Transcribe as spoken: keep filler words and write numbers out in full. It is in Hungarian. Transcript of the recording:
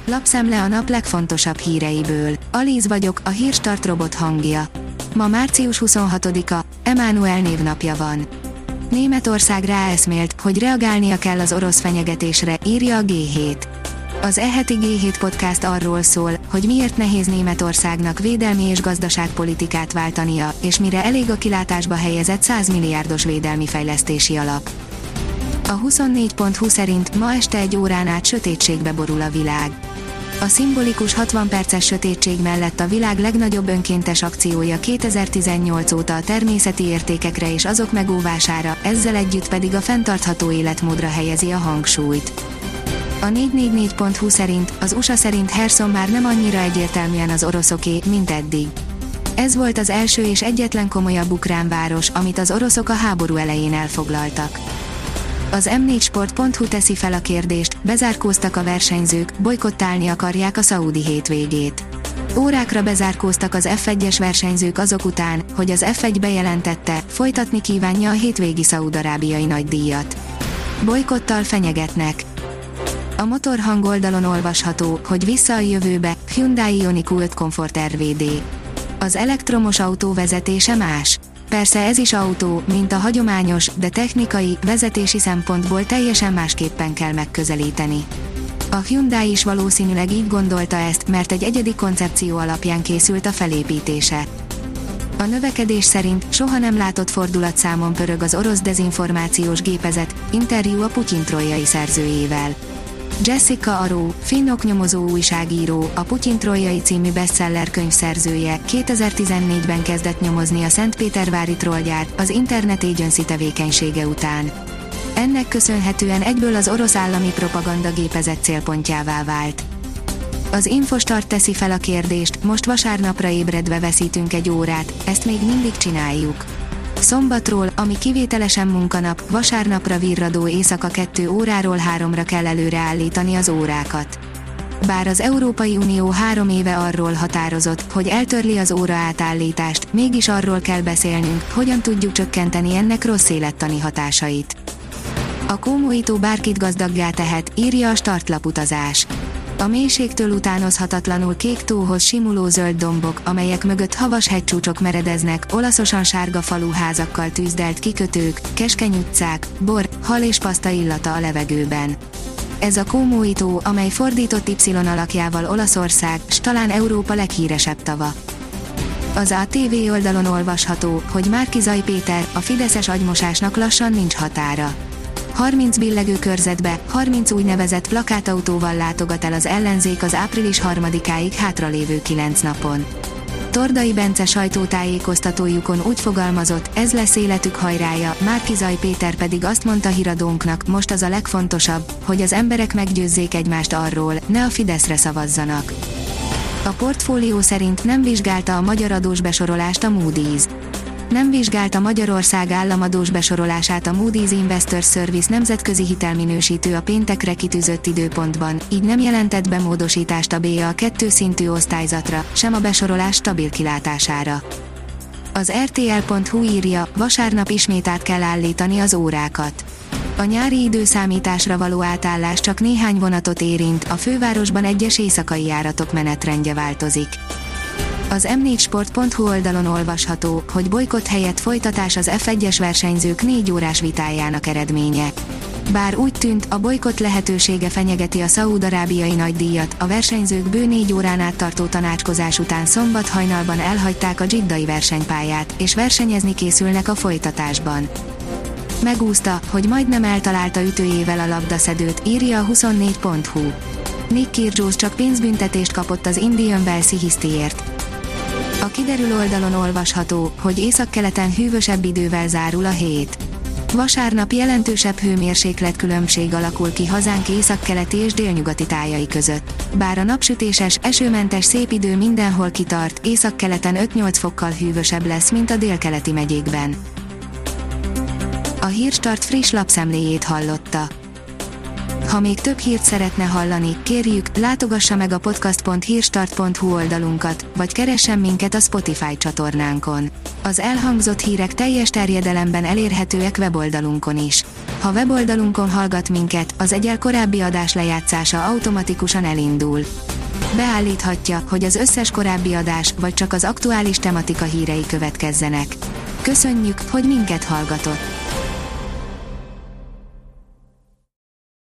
Lapszemle a nap legfontosabb híreiből. Alíz vagyok, a Hírstart robot hangja. Ma március huszonhatodika, Emánuel névnapja van. Németország ráeszmélt, hogy reagálnia kell az orosz fenyegetésre, írja a gé hét. Az e-heti gé hét podcast arról szól, hogy miért nehéz Németországnak védelmi és gazdaságpolitikát váltania, és mire elég a kilátásba helyezett száz milliárdos védelmi fejlesztési alap. A huszonnégy pont hu szerint ma este egy órán át sötétségbe borul a világ. A szimbolikus hatvan perces sötétség mellett a világ legnagyobb önkéntes akciója kétezer-tizennyolc óta a természeti értékekre és azok megóvására, ezzel együtt pedig a fenntartható életmódra helyezi a hangsúlyt. A négy négy négy pont hu szerint az u es á szerint Herson már nem annyira egyértelműen az oroszoké, mint eddig. Ez volt az első és egyetlen komolyabb ukrán város, amit az oroszok a háború elején elfoglaltak. Az em négy sport pont hu teszi fel a kérdést, bezárkóztak a versenyzők, bojkottálni akarják a szaúdi hétvégét. Órákra bezárkóztak az ef egyes versenyzők azok után, hogy az ef egy bejelentette, folytatni kívánja a hétvégi szaúd-arábiai nagydíjat. Bojkottal fenyegetnek. A Motorhang oldalon olvasható, hogy vissza a jövőbe, Hyundai Ioniq öt Comfort er vé dé. Az elektromos autó vezetése más. Persze ez is autó, mint a hagyományos, de technikai, vezetési szempontból teljesen másképpen kell megközelíteni. A Hyundai is valószínűleg így gondolta ezt, mert egy egyedi koncepció alapján készült a felépítése. A növekedés szerint soha nem látott fordulatszámon pörög az orosz dezinformációs gépezet, interjú a Putyin trojai szerzőjével. Jessica Arrow, finn oknyomozó újságíró, a Putyin trojai című bestseller könyv szerzője, kétezer-tizennégyben kezdett nyomozni a szentpétervári trollgyár, az Internet Agency tevékenysége után. Ennek köszönhetően egyből az orosz állami propaganda gépezet célpontjává vált. Az Infostart teszi fel a kérdést, most vasárnapra ébredve veszítünk egy órát, ezt még mindig csináljuk. Szombatról, ami kivételesen munkanap, vasárnapra virradó éjszaka kettő óráról háromra kell előreállítani az órákat. Bár az Európai Unió három éve arról határozott, hogy eltörli az óra átállítást, mégis arról kell beszélnünk, hogyan tudjuk csökkenteni ennek rossz élettani hatásait. A kómóító bárkit gazdaggá tehet, írja a Startlaputazás. A mélységtől utánozhatatlanul kék tóhoz simuló zöld dombok, amelyek mögött havas hegycsúcsok meredeznek, olaszosan sárga faluházakkal tűzdelt kikötők, keskeny utcák, bor, hal és paszta illata a levegőben. Ez a kómóító, amely fordított Y alakjával Olaszország, s talán Európa leghíresebb tava. Az á té vé oldalon olvasható, hogy Márki-Zay Péter, a fideszes agymosásnak lassan nincs határa. harminc billegő körzetbe, harminc úgynevezett plakátautóval látogat el az ellenzék az április harmadikáig hátralévő kilenc napon. Tordai Bence sajtótájékoztatójukon úgy fogalmazott, ez lesz életük hajrája, Márki-Zay Péter pedig azt mondta híradónknak, most az a legfontosabb, hogy az emberek meggyőzzék egymást arról, ne a Fideszre szavazzanak. A portfólió szerint nem vizsgálta a magyar adósbesorolást a Moody's. Nem vizsgálta Magyarország államadós besorolását a Moody's Investors Service nemzetközi hitelminősítő a péntekre kitűzött időpontban, így nem jelentett be módosítást a bé á kettő szintű osztályzatra, sem a besorolás stabil kilátására. Az er té el pont hu írja, vasárnap ismét át kell állítani az órákat. A nyári időszámításra való átállás csak néhány vonatot érint, a fővárosban egyes éjszakai járatok menetrendje változik. Az em négy sport pont hu oldalon olvasható, hogy bojkott helyett folytatás az ef egyes versenyzők négy órás vitájának eredménye. Bár úgy tűnt, a bojkott lehetősége fenyegeti a szaúd-arábiai nagydíjat, a versenyzők bő négy órán át tartó tanácskozás után szombat hajnalban elhagyták a dzsiddai versenypályát, és versenyezni készülnek a folytatásban. Megúszta, hogy majdnem eltalálta ütőjével a labdaszedőt, írja a huszonnégy pont hu. Nick Kyrgios csak pénzbüntetést kapott az Indian Wells-i hisztiért. A kiderül oldalon olvasható, hogy északkeleten hűvösebb idővel zárul a hét. Vasárnap jelentősebb hőmérsékletkülönbség alakul ki hazánk északkeleti és délnyugati tájai között. Bár a napsütéses, esőmentes szép idő mindenhol kitart, északkeleten öt-nyolc fokkal hűvösebb lesz, mint a délkeleti megyékben. A Hírstart friss lapszemléjét hallotta. Ha még több hírt szeretne hallani, kérjük, látogassa meg a podcast pont hírstart pont hu oldalunkat, vagy keressen minket a Spotify csatornánkon. Az elhangzott hírek teljes terjedelemben elérhetőek weboldalunkon is. Ha weboldalunkon hallgat minket, az egyel korábbi adás lejátszása automatikusan elindul. Beállíthatja, hogy az összes korábbi adás, vagy csak az aktuális tematika hírei következzenek. Köszönjük, hogy minket hallgatott!